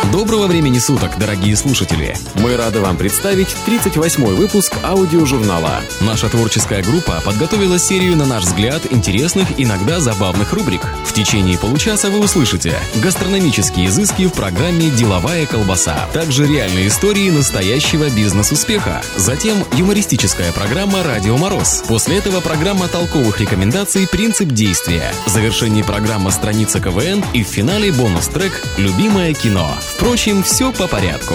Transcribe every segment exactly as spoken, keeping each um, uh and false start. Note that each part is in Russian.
Доброго времени суток, дорогие слушатели! Мы рады вам представить тридцать восьмой выпуск аудиожурнала. Наша творческая группа подготовила серию, на наш взгляд, интересных, иногда забавных рубрик. В течение получаса вы услышите гастрономические изыски в программе «Деловая колбаса», также реальные истории настоящего бизнес-успеха, затем юмористическая программа «Радио Мороз». После этого программа толковых рекомендаций «Принцип действия». В завершении программа «Страница КВН» и в финале бонус-трек «Любимое кино». Впрочем, все по порядку.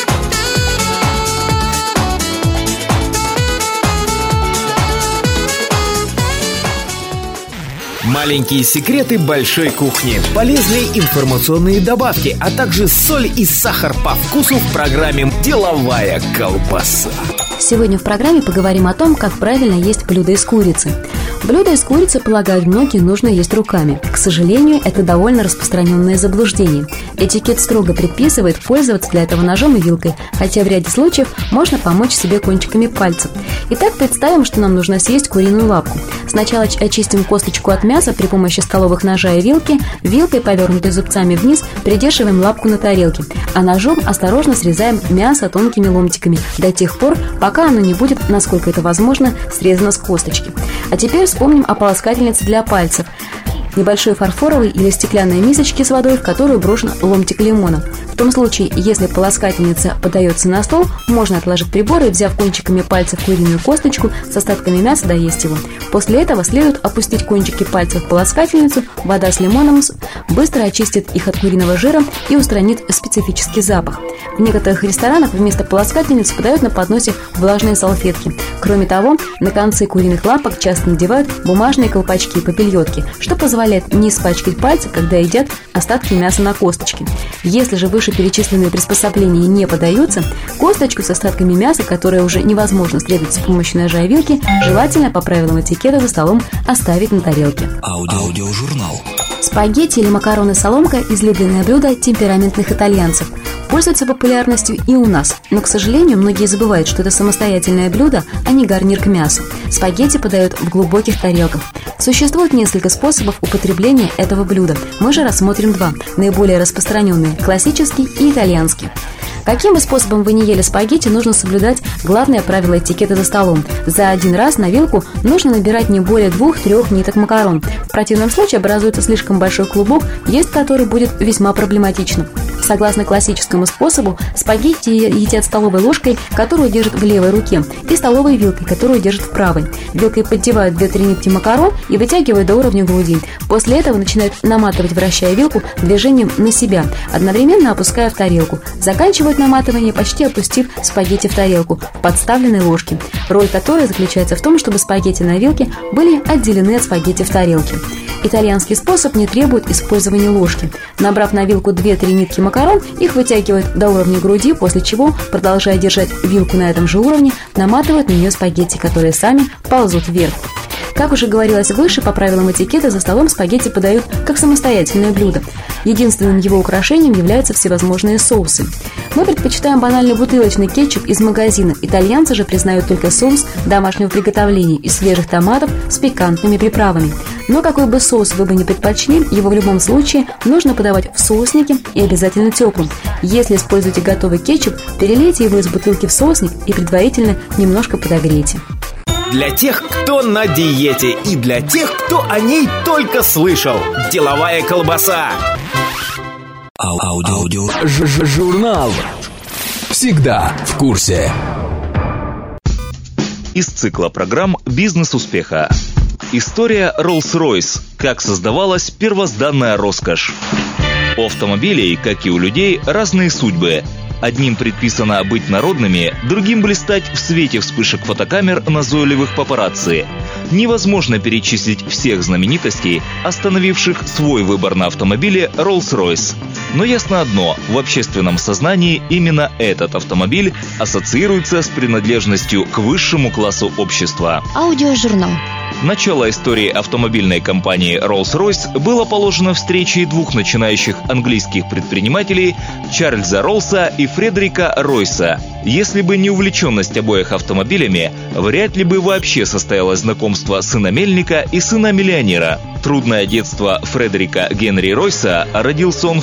Маленькие секреты большой кухни, полезные информационные добавки, а также соль и сахар по вкусу в программе «Деловая колбаса». Сегодня в программе поговорим о том, как правильно есть блюдо из курицы. Блюдо из курицы, полагают многие, нужно есть руками. К сожалению, это довольно распространенное заблуждение. Этикет строго предписывает пользоваться для этого ножом и вилкой, хотя в ряде случаев можно помочь себе кончиками пальцев. Итак, представим, что нам нужно съесть куриную лапку. Сначала очистим косточку от мяса при помощи столовых ножа и вилки. Вилкой, повернутой зубцами вниз, придерживаем лапку на тарелке, а ножом осторожно срезаем мясо тонкими ломтиками до тех пор, пока оно не будет, насколько это возможно, срезано с косточки. А теперь вспомним о полоскательнице для пальцев. Небольшой фарфоровой или стеклянной мисочке с водой, в которую брошен ломтик лимона. В том случае, если полоскательница подается на стол, можно отложить прибор и, взяв кончиками пальцев куриную косточку, с остатками мяса доесть его. После этого следует опустить кончики пальцев в полоскательницу, вода с лимоном быстро очистит их от куриного жира и устранит специфический запах. В некоторых ресторанах вместо полоскательницы подают на подносе влажные салфетки. Кроме того, на концы куриных лапок часто надевают бумажные колпачки и попельотки, что позволяет не испачкать пальцы, когда едят остатки мяса на косточке. Если же вышеперечисленные приспособления не подаются, косточку с остатками мяса, которое уже невозможно срезать с помощью ножа и вилки, желательно по правилам этикета за столом оставить на тарелке. Аудиожурнал. Спагетти или макароны соломка – излюбленное блюдо темпераментных итальянцев. Пользуется популярностью и у нас, но, к сожалению, многие забывают, что это самостоятельное блюдо, а не гарнир к мясу. Спагетти подают в глубоких тарелках. Существует несколько способов употребления этого блюда. Мы же рассмотрим два, наиболее распространенные – классический и итальянский. Каким бы способом вы ни ели спагетти, нужно соблюдать главное правило этикета за столом. За один раз на вилку нужно набирать не более двух-трех ниток макарон. В противном случае образуется слишком большой клубок, есть который будет весьма проблематично. Согласно классическому способу, спагетти едят столовой ложкой, которую держат в левой руке, и столовой вилкой, которую держат в правой. Вилкой поддевают две-три нитки макарон и вытягивают до уровня груди. После этого начинают наматывать, вращая вилку движением на себя, одновременно опуская в тарелку. Заканчивают наматывание, почти опустив спагетти в тарелку в подставленной ложке, роль которой заключается в том, чтобы спагетти на вилке были отделены от спагетти в тарелке. Итальянский способ не требует использования ложки. Набрав на вилку две-три нитки макарон, их вытягивают до уровня груди, после чего, продолжая держать вилку на этом же уровне, наматывают на нее спагетти, которые сами ползут вверх. Как уже говорилось выше, по правилам этикета за столом спагетти подают как самостоятельное блюдо. Единственным его украшением являются всевозможные соусы. Мы предпочитаем банальный бутылочный кетчуп из магазина. Итальянцы же признают только соус домашнего приготовления из свежих томатов с пикантными приправами. Но какой бы соус вы бы ни предпочли, его в любом случае нужно подавать в соуснике и обязательно теплым. Если используете готовый кетчуп, перелейте его из бутылки в соусник и предварительно немножко подогрейте. Для тех, кто на диете, и для тех, кто о ней только слышал. Деловая колбаса. Аудио. Журнал. Всегда в курсе. Из цикла программ «Бизнес успеха». История Rolls-Royce. Как создавалась первозданная роскошь. У автомобилей, как и у людей, разные судьбы. Одним предписано быть народными, другим блистать в свете вспышек фотокамер назойливых папарацци. Невозможно перечислить всех знаменитостей, остановивших свой выбор на автомобиле Rolls-Royce. Но ясно одно – в общественном сознании именно этот автомобиль ассоциируется с принадлежностью к высшему классу общества. Аудиожурнал. Начало истории автомобильной компании Rolls-Royce было положено встречей двух начинающих английских предпринимателей Чарльза Роллса и Фредерика Ройса. Если бы не увлеченность обоих автомобилями, вряд ли бы вообще состоялось знакомство сына мельника и сына миллионера. Трудное детство Фредерика Генри Ройса, родился он в тысяча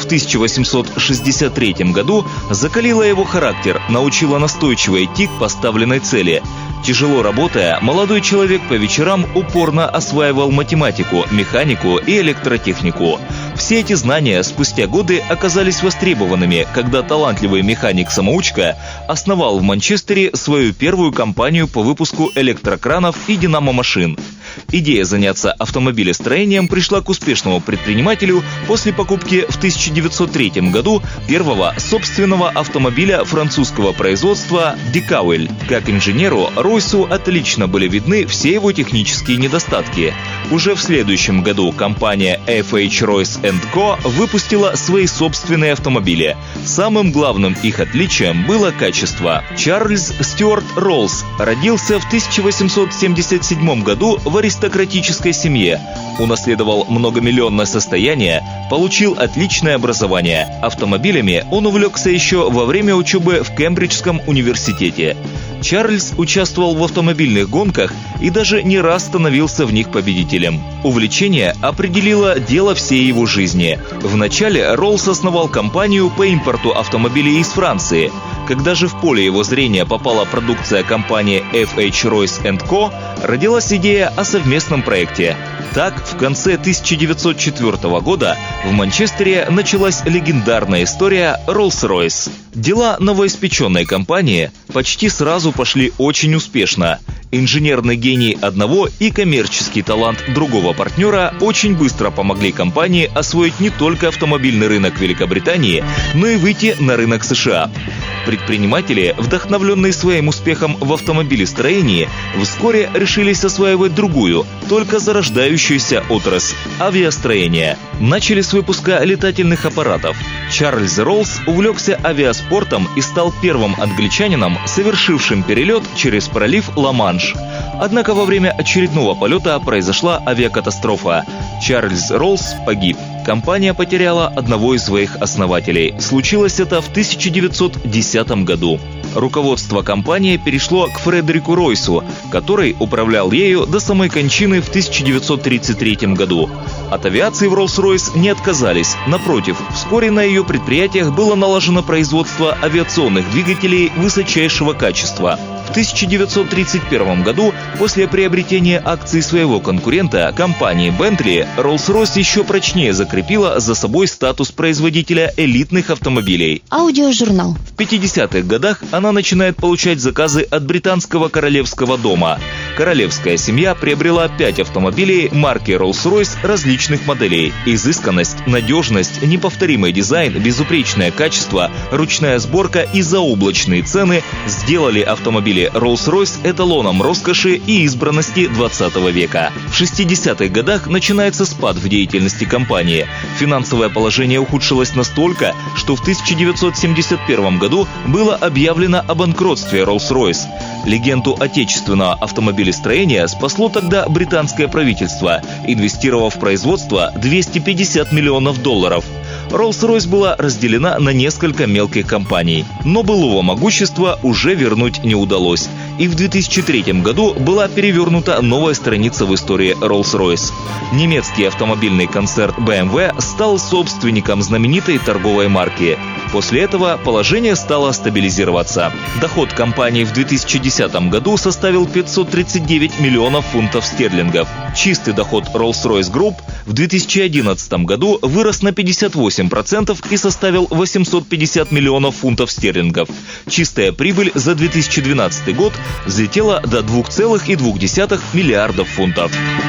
восемьсот шестьдесят третьем году закалила его характер, научила настойчиво идти к поставленной цели. Тяжело работая, молодой человек по вечерам упорно осваивал математику, механику и электротехнику. Все эти знания спустя годы оказались востребованными, когда талантливый механик-самоучка основал в Манчестере свою первую компанию по выпуску электрокранов и динамомашин. Идея заняться автомобилестроением пришла к успешному предпринимателю после покупки в тысяча девятьсот третьем году первого собственного автомобиля французского производства «Декауэль». Как инженеру, Ройсу отлично были видны все его технические недостатки. Уже в следующем году компания эф эйч Royce энд Co выпустила свои собственные автомобили. Самым главным их отличием было качество. Чарльз Стюарт Роллс родился в тысяча восемьсот семьдесят седьмом году в аристократической семье. Унаследовал многомиллионное состояние, получил отличное образование. Автомобилями он увлекся еще во время учебы в Кембриджском университете. Чарльз участвовал в автомобильных гонках и даже не раз становился в них победителем. Увлечение определило дело всей его жизни. Вначале Роллс основал компанию по импорту автомобилей из Франции. Когда же в поле его зрения попала продукция компании эф эйч Royce энд Co, родилась идея о совместном проекте. Так, в конце тысяча девятьсот четвёртого года в Манчестере началась легендарная история Rolls-Royce. Дела новоиспеченной компании почти сразу пошли очень успешно. Инженерный гений одного и коммерческий талант другого партнера очень быстро помогли компании освоить не только автомобильный рынок Великобритании, но и выйти на рынок США. Предприниматели, вдохновленные своим успехом в автомобилестроении, вскоре решились осваивать другую, только зарождающуюся отрасль – авиастроение. Начали с выпуска летательных аппаратов. Чарльз Роллс увлекся авиаспортом и стал первым англичанином, совершившим перелет через пролив Ла-Манш. Однако во время очередного полета произошла авиакатастрофа. Чарльз Роллс погиб. Компания потеряла одного из своих основателей. Случилось это в тысяча девятьсот десятом году. Руководство компании перешло к Фредерику Ройсу, который управлял ею до самой кончины в тысяча девятьсот тридцать третьем году. От авиации в Rolls-Royce не отказались. Напротив, вскоре на ее предприятиях было налажено производство авиационных двигателей высочайшего качества. В тысяча девятьсот тридцать первом году, после приобретения акций своего конкурента, компании Bentley, Rolls-Royce еще прочнее закрепила за собой статус производителя элитных автомобилей. Аудиожурнал. В пятидесятых годах она начинает получать заказы от британского королевского дома. Королевская семья приобрела пять автомобилей марки Rolls-Royce различных моделей. Изысканность, надежность, неповторимый дизайн, безупречное качество, ручная сборка и заоблачные цены сделали автомобили Rolls-Royce эталоном роскоши и избранности двадцатого века. В шестидесятых годах начинается спад в деятельности компании. Финансовое положение ухудшилось настолько, что в тысяча девятьсот семьдесят первом году было объявлено о банкротстве Rolls-Royce. Легенду отечественного автомобилестроения спасло тогда британское правительство, инвестировав в производство двести пятьдесят миллионов долларов. Rolls-Royce была разделена на несколько мелких компаний, но былого могущества уже вернуть не удалось. И в две тысячи третьем году была перевернута новая страница в истории Rolls-Royce. Немецкий автомобильный концерн бэ эм вэ стал собственником знаменитой торговой марки. После этого положение стало стабилизироваться. Доход компании в две тысячи десятом году составил пятьсот тридцать девять миллионов фунтов стерлингов. Чистый доход Rolls-Royce Group в две тысячи одиннадцатом году вырос на пятьдесят восемь процентов и составил восемьсот пятьдесят миллионов фунтов стерлингов. Чистая прибыль за две тысячи двенадцатый год взлетела до двух целых двух десятых миллиардов фунтов.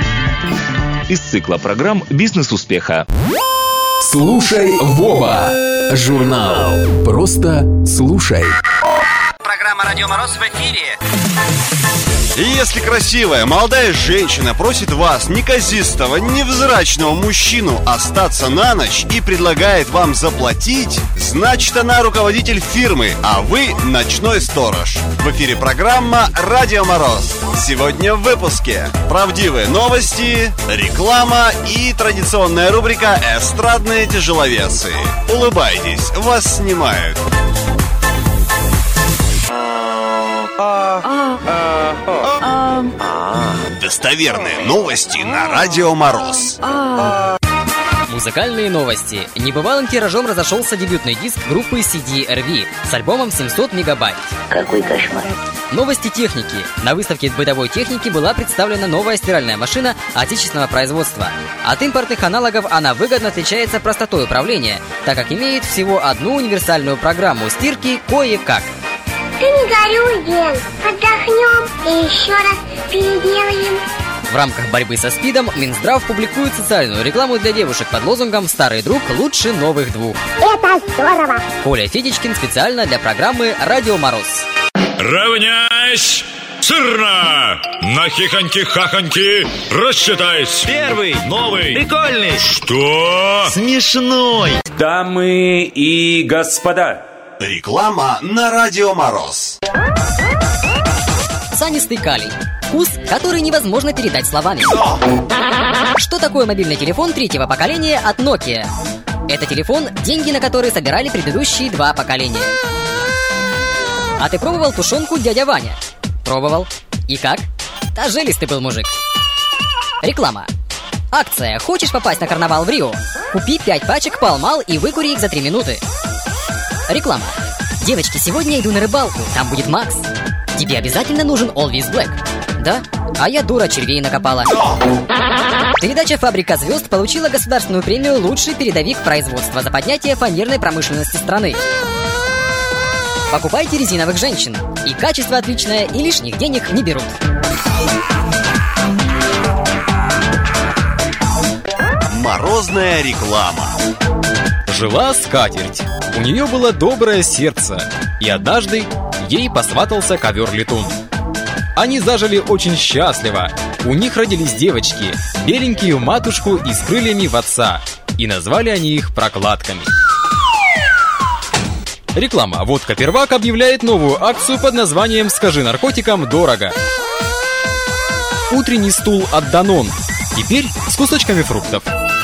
Из цикла программ «Бизнес успеха». Слушай в оба. Журнал «Просто слушай». Программа «Радио Мороз» в эфире. И если красивая молодая женщина просит вас, неказистого, невзрачного мужчину, остаться на ночь и предлагает вам заплатить, значит, она руководитель фирмы, а вы ночной сторож. В эфире программа «Радио Мороз». Сегодня в выпуске правдивые новости, реклама и традиционная рубрика «Эстрадные тяжеловесы». Улыбайтесь, вас снимают. Достоверные новости на Радио Мороз. Музыкальные новости. Небывалым тиражом разошелся дебютный диск группы си ди ар ви с альбомом семьсот мегабайт. Какой кошмар. Новости техники. На выставке бытовой техники была представлена новая стиральная машина отечественного производства. От импортных аналогов она выгодно отличается простотой управления, так как имеет всего одну универсальную программу стирки кое-как. Ты не горюй, Ген. Отдохнем и еще раз переделаем. В рамках борьбы со СПИДом Минздрав публикует социальную рекламу для девушек под лозунгом «Старый друг лучше новых двух». Это здорово! Коля Федичкин специально для программы «Радио Мороз». Равняйсь! Сырно! На хихоньки-хахоньки рассчитайся! Первый! Новый! Прикольный! Что? Смешной! Дамы и господа! Реклама на Радио Мороз. Санистый калий. Вкус, который невозможно передать словами. Что такое мобильный телефон третьего поколения от Nokia? Это телефон, деньги на который собирали предыдущие два поколения. А ты пробовал тушенку дядя Ваня? Пробовал. И как? Да жилистый был мужик. Реклама. Акция. Хочешь попасть на карнавал в Рио? Купи пять пачек Палмал и выкури их за три минуты. Реклама. Девочки, сегодня иду на рыбалку. Там будет Макс. Тебе обязательно нужен Always Black. Да? А я дура червей накопала. Передача «Фабрика звезд» получила государственную премию «Лучший передовик производства» за поднятие фанерной промышленности страны. Покупайте резиновых женщин. И качество отличное, и лишних денег не берут. Морозная реклама. Жила скатерть. У нее было доброе сердце. И однажды ей посватался ковер-летун. Они зажили очень счастливо. У них родились девочки, беленькие в матушку и с крыльями в отца. И назвали они их прокладками. Реклама. Водка «Первак» объявляет новую акцию под названием «Скажи наркотикам дорого». Утренний стул от Данон. Теперь с кусочками фруктов.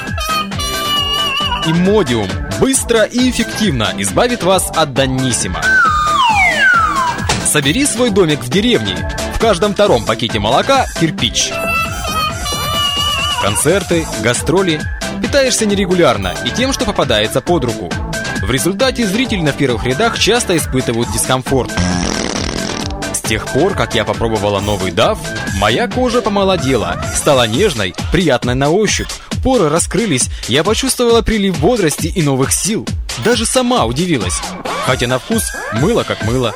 Имодиум. Быстро и эффективно избавит вас от даниссимо. Собери свой домик в деревне. В каждом втором пакете молока кирпич. Концерты, гастроли. Питаешься нерегулярно и тем, что попадается под руку. В результате зрители на первых рядах часто испытывают дискомфорт. С тех пор, как я попробовала новый даф, моя кожа помолодела, стала нежной, приятной на ощупь. Поры раскрылись, я почувствовала прилив бодрости и новых сил. Даже сама удивилась. Хотя на вкус мыло как мыло.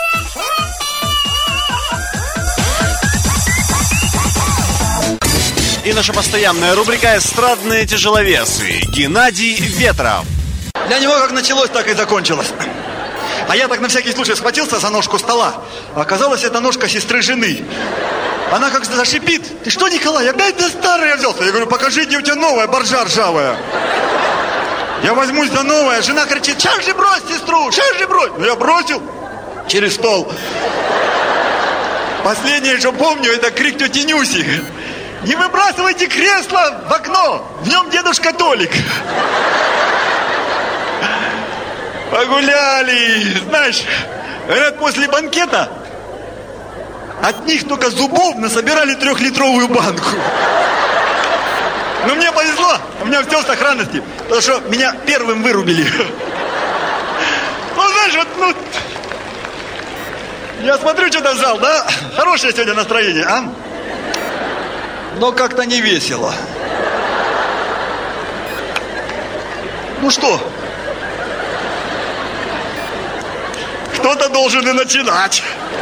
И наша постоянная рубрика «Эстрадные тяжеловесы». Геннадий Ветров. Для него как началось, так и закончилось. А я так на всякий случай схватился за ножку стола. А оказалось, это ножка сестры жены. Она как зашипит. Ты что, Николай, опять за старое взялся? Я говорю, покажи, где у тебя новая боржа ржавая. Я возьмусь за новое. Жена кричит, сейчас же брось сестру, сейчас же брось. Ну я бросил через стол. Последнее, что помню, это крик тети Нюси. Не выбрасывайте кресло в окно, в нем дедушка Толик. Погуляли. Знаешь, говорят, после банкета от них только зубов насобирали трехлитровую банку. Но мне повезло, у меня все в сохранности, потому что меня первым вырубили. Ну, знаешь, вот, ну... Я смотрю, что-то в зал, да? Хорошее сегодня настроение, а? Но как-то не весело. Ну что? Кто-то должен и начинать.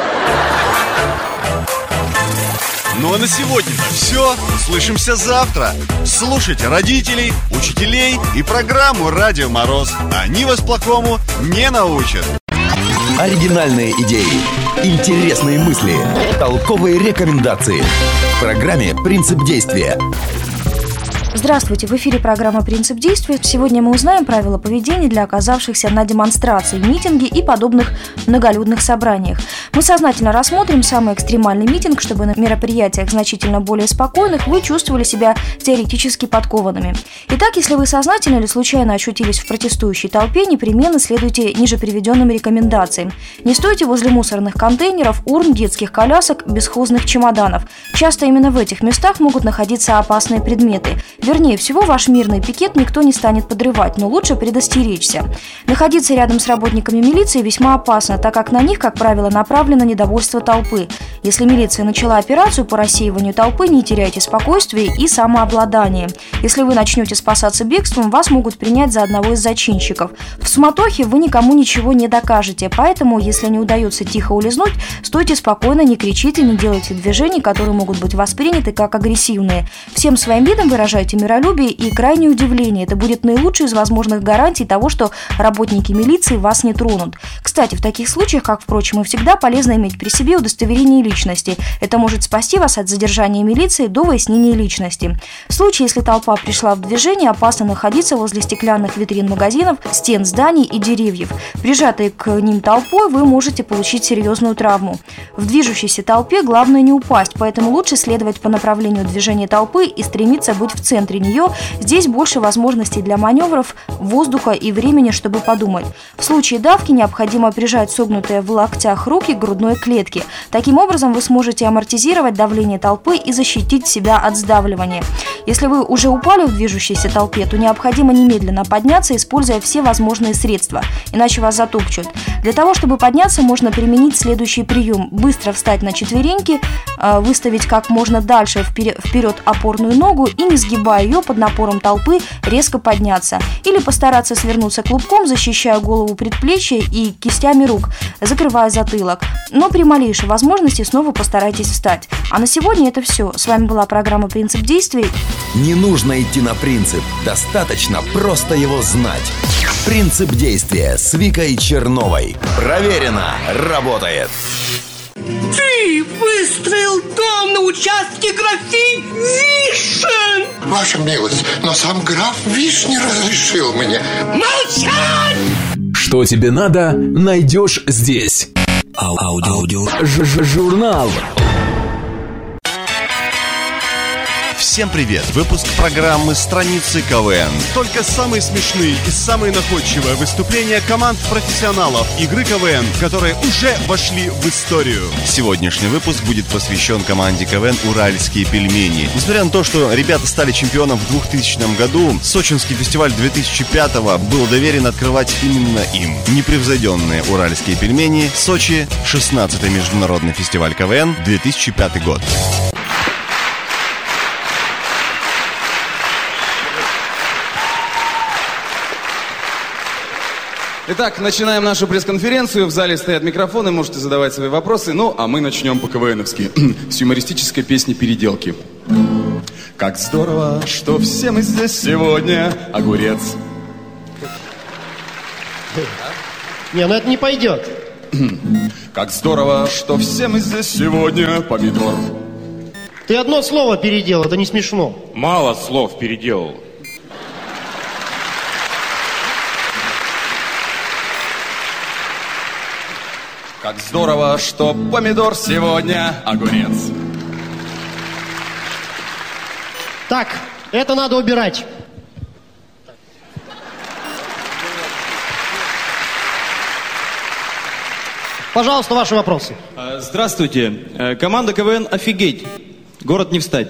Ну а на сегодня-то все. Услышимся завтра. Слушайте родителей, учителей и программу «Радио Мороз». Они вас плохому не научат. Оригинальные идеи, интересные мысли, толковые рекомендации. В программе «Принцип действия». Здравствуйте, в эфире программа «Принцип действия». Сегодня мы узнаем правила поведения для оказавшихся на демонстрации, митинге и подобных многолюдных собраниях. Мы сознательно рассмотрим самый экстремальный митинг, чтобы на мероприятиях значительно более спокойных вы чувствовали себя теоретически подкованными. Итак, если вы сознательно или случайно очутились в протестующей толпе, непременно следуйте ниже приведенным рекомендациям. Не стойте возле мусорных контейнеров, урн, детских колясок, бесхозных чемоданов. Часто именно в этих местах могут находиться опасные предметы. Вернее всего, ваш мирный пикет никто не станет подрывать, но лучше предостеречься. Находиться рядом с работниками милиции весьма опасно, так как на них, как правило, направлено недовольство толпы. Если милиция начала операцию по рассеиванию толпы, не теряйте спокойствие и самообладание. Если вы начнете спасаться бегством, вас могут принять за одного из зачинщиков. В суматохе вы никому ничего не докажете, поэтому, если не удается тихо улизнуть, стойте спокойно, не кричите, не делайте движений, которые могут быть восприняты как агрессивные. Всем своим видом выражайте миролюбие и крайнее удивление. Это будет наилучшей из возможных гарантий того, что работники милиции вас не тронут. Кстати, в таких случаях, как, впрочем, и всегда, полезно иметь при себе удостоверение личности. Это может спасти вас от задержания милиции до выяснения личности. В случае, если толпа пришла в движение, опасно находиться возле стеклянных витрин магазинов, стен зданий и деревьев. Прижатые к ним толпой, вы можете получить серьезную травму. В движущейся толпе главное не упасть, поэтому лучше следовать по направлению движения толпы и стремиться быть в центре нее. Здесь больше возможностей для маневров, воздуха и времени, чтобы подумать. В случае давки необходимо прижать согнутые в локтях руки к грудной клетке. Таким образом, вы сможете амортизировать давление толпы и защитить себя от сдавливания. Если вы уже упали в движущейся толпе, то необходимо немедленно подняться, используя все возможные средства, иначе вас затопчут. Для того, чтобы подняться, можно применить следующий прием. Быстро встать на четвереньки, выставить как можно дальше вперед опорную ногу и, не сгибая ее под напором толпы, резко подняться. Или постараться свернуться клубком, защищая голову предплечья и кистями рук, закрывая затылок. Но при малейшей возможности снова постарайтесь встать. А на сегодня это все. С вами была программа «Принцип действий». Не нужно идти на принцип, достаточно просто его знать. Принцип действия с Викой Черновой. Проверено, работает. Ты выстроил дом на участке графинь Вишен! Ваша милость, но сам граф Виш не разрешил мне. Молчать! Что тебе надо, найдешь здесь. Ау Аудио. Журнал. Всем привет! Выпуск программы «Страницы КВН». Только самые смешные и самые находчивые выступления команд профессионалов игры КВН, которые уже вошли в историю. Сегодняшний выпуск будет посвящен команде КВН «Уральские пельмени». Несмотря на то, что ребята стали чемпионом в двухтысячном году, сочинский фестиваль две тысячи пятого был доверен открывать именно им. Непревзойденные «Уральские пельмени», Сочи, шестнадцатый международный фестиваль КВН, две тысячи пятый год. Итак, начинаем нашу пресс-конференцию. В зале стоят микрофоны, можете задавать свои вопросы. Ну, а мы начнем по-КВНовски с юмористической песни «Переделки». Как здорово, что все мы здесь сегодня. Огурец. Не, ну это не пойдет. Как здорово, что все мы здесь сегодня. Помидор. Ты одно слово переделал, это не смешно. Мало слов переделал. Как здорово, что помидор сегодня огурец. Так, это надо убирать. Пожалуйста, ваши вопросы. Здравствуйте. Команда КВН «Офигеть». Город не встать.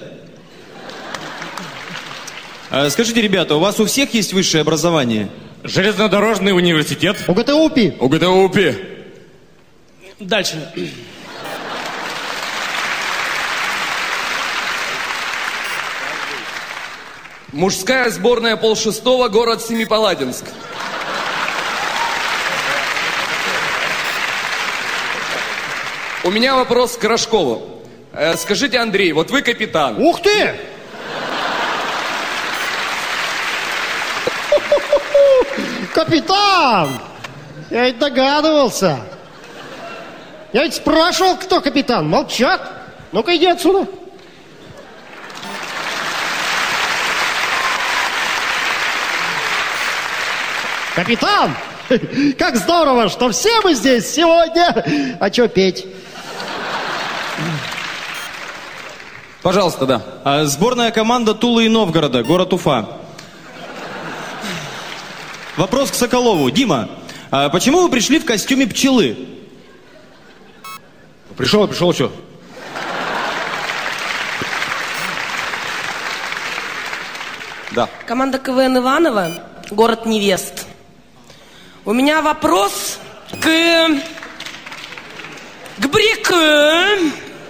Скажите, ребята, у вас у всех есть высшее образование? Железнодорожный университет. УГТУПИ. УГТУПИ. Дальше. Мужская сборная полшестого, город Семипаладинск. У меня вопрос к Рожкову. Э, скажите, Андрей, вот вы капитан. Ух ты! Капитан! Я ведь догадывался. Я ведь спрашивал, кто капитан. Молчат. Ну-ка, иди отсюда. Капитан! Как здорово, что все мы здесь сегодня. А что петь? Пожалуйста, да. А, сборная команда Тулы и Новгорода, город Уфа. Вопрос к Соколову. Дима, а почему вы пришли в костюме пчелы? Пришел, пришел, что? Да. Команда КВН Иваново, город невест. У меня вопрос к... к Брике,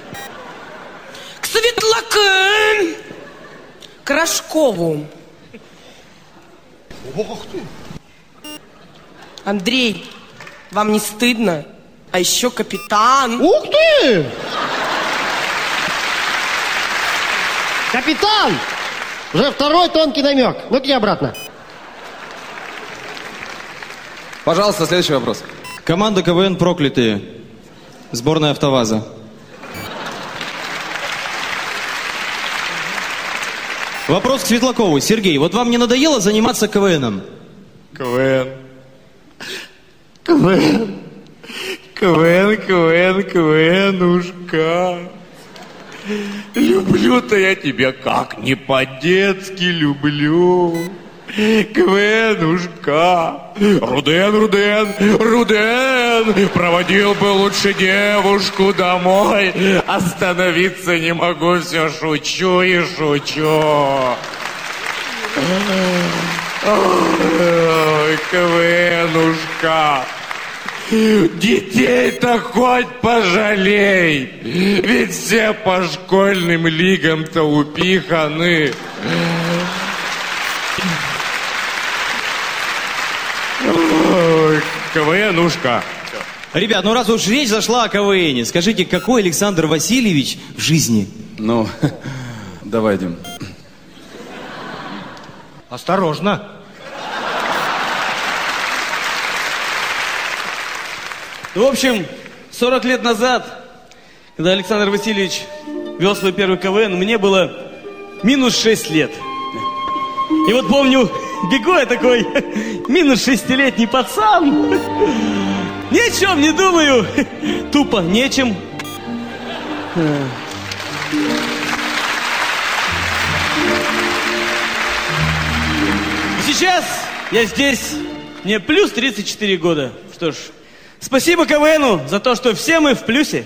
к Светлаке, к Рожкову. Ох ты! Андрей, вам не стыдно? А еще капитан. Ух ты! Капитан! Уже второй тонкий намек. Ну-ка обратно. Пожалуйста, следующий вопрос. Команда КВН «Проклятые». Сборная «АвтоВАЗа». Вопрос к Светлакову. Сергей, вот вам не надоело заниматься КВНом? КВН. КВН. КВН, КВН, КВНушка. Люблю-то я тебя как не по-детски люблю. КВНушка. Руден, Руден, Руден. Проводил бы лучше девушку домой. Остановиться не могу, все шучу и шучу. Ой, КВНушка. Детей-то хоть пожалей, ведь все по школьным лигам-то упиханы. Ой, КВНушка. Ребят, ну раз уж речь зашла о КВНе, скажите, какой Александр Васильевич в жизни? Ну, давай, Дим. Осторожно. В общем, сорок лет назад, когда Александр Васильевич вел свой первый КВН, мне было минус шесть лет. И вот помню, бегу я такой минус шестилетний пацан. Ни о чем не думаю. Тупо нечем. И сейчас я здесь. Мне плюс тридцать четыре года. Что ж, спасибо КВНу за то, что все мы в плюсе.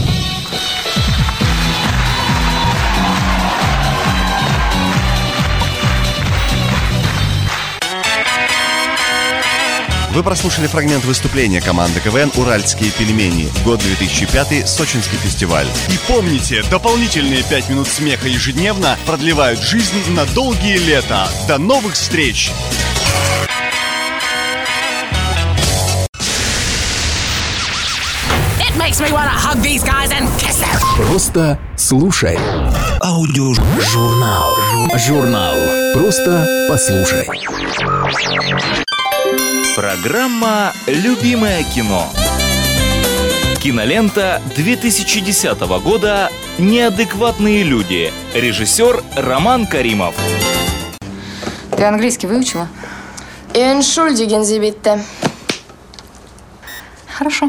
Вы прослушали фрагмент выступления команды КВН «Уральские пельмени». Год две тысячи пятый, Сочинский фестиваль. И помните, дополнительные пять минут смеха ежедневно продлевают жизнь на долгие лета. До новых встреч! Просто слушай. Аудиожурнал. Журнал. Просто послушай. Программа «Любимое кино». Кинолента две тысячи десятого года «Неадекватные люди». Режиссер Роман Каримов. Ты английский выучила? Entschuldigen Sie bitte. Хорошо.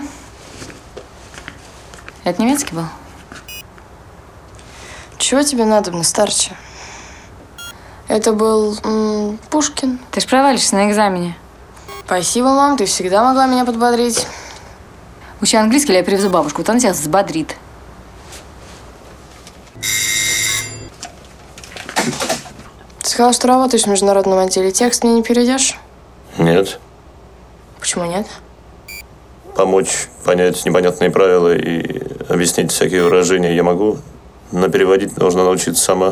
Это немецкий был? Чего тебе надо, старче? Это был м- Пушкин. Ты ж провалишься на экзамене. Спасибо, мам, ты всегда могла меня подбодрить. Учи английский, или я привезу бабушку, вот она тебя взбодрит. Ты сказала, что работаешь в международном отделе. Текст мне не перейдешь? Нет. Почему нет? Помочь понять непонятные правила и объяснить всякие выражения я могу, но переводить должна научиться сама.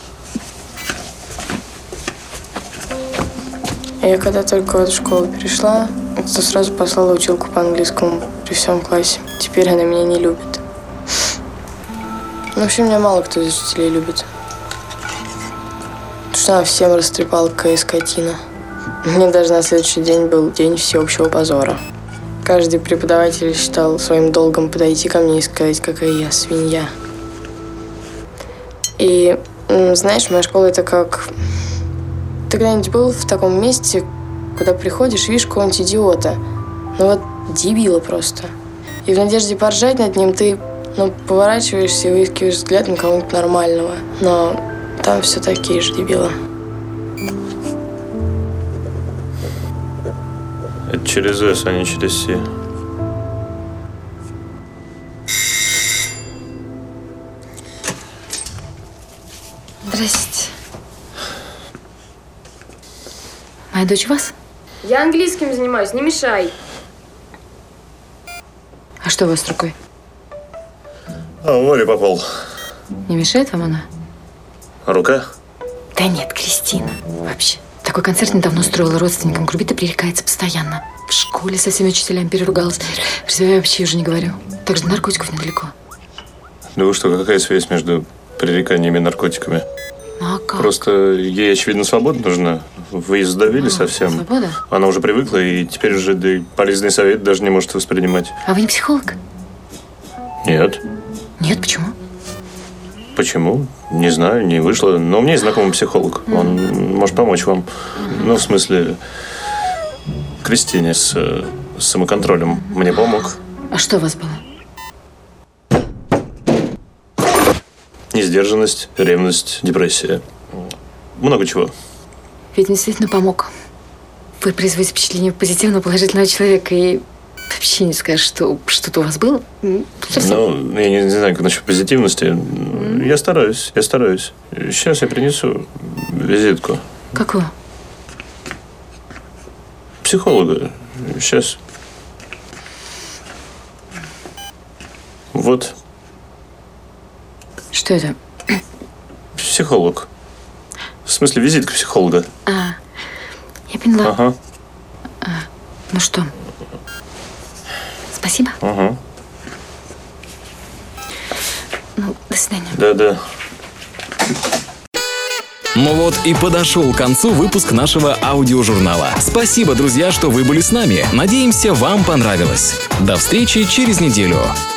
Я когда только в эту школу перешла, то сразу послала училку по английскому при всем классе. Теперь она меня не любит. Вообще, меня мало кто из учителей любит. Потому что она всем растрепала, какая скотина. Мне даже на следующий день был день всеобщего позора. Каждый преподаватель считал своим долгом подойти ко мне и сказать, какая я свинья. И, знаешь, моя школа – это как... Ты когда-нибудь был в таком месте, куда приходишь, видишь какого-нибудь идиота? Ну вот дебила просто. И в надежде поржать над ним ты, ну, поворачиваешься и выискиваешь взглядом кого-нибудь нормального. Но там все такие же дебилы. Это через «С», а не через «С». Здрасте. Моя дочь у вас? Я английским занимаюсь, не мешай. А что у вас с рукой? А, в море попал. Не мешает вам она? А рука? Да нет, Кристина. Вообще. Такой концерт недавно устроила родственникам. Грубит и пререкается постоянно. В школе со всеми учителями переругалась. Про себя я вообще уже не говорю. Так что наркотиков недалеко. Ну что, какая связь между пререканиями и наркотиками? Ну а как? Просто ей, очевидно, свобода нужна. Вы ее задавили а, совсем. Свобода? Она уже привыкла и теперь уже да, полезный совет даже не может воспринимать. А вы не психолог? Нет. Нет, почему? Почему? Не знаю, не вышло. Но у меня есть знакомый психолог. Mm. Он может помочь вам. Mm-hmm. Ну, в смысле, Кристине с, с самоконтролем мне помог. А что у вас было? Несдержанность, ревность, депрессия. Много чего. Ведь действительно помог. Вы производите впечатление позитивного, положительного человека и вообще не скажешь, что что-то у вас было. Совсем. Ну, я не, не знаю, как насчет позитивности. Mm. Я стараюсь, я стараюсь. Сейчас я принесу визитку. Какую? Психолога. Сейчас. Вот. Что это? Психолог. В смысле, визитка психолога. А, я поняла. Ага. А, ну что? Спасибо. Ага. Ну, до свидания. Да-да. Ну вот и подошел к концу выпуск нашего аудиожурнала. Спасибо, друзья, что вы были с нами. Надеемся, вам понравилось. До встречи через неделю.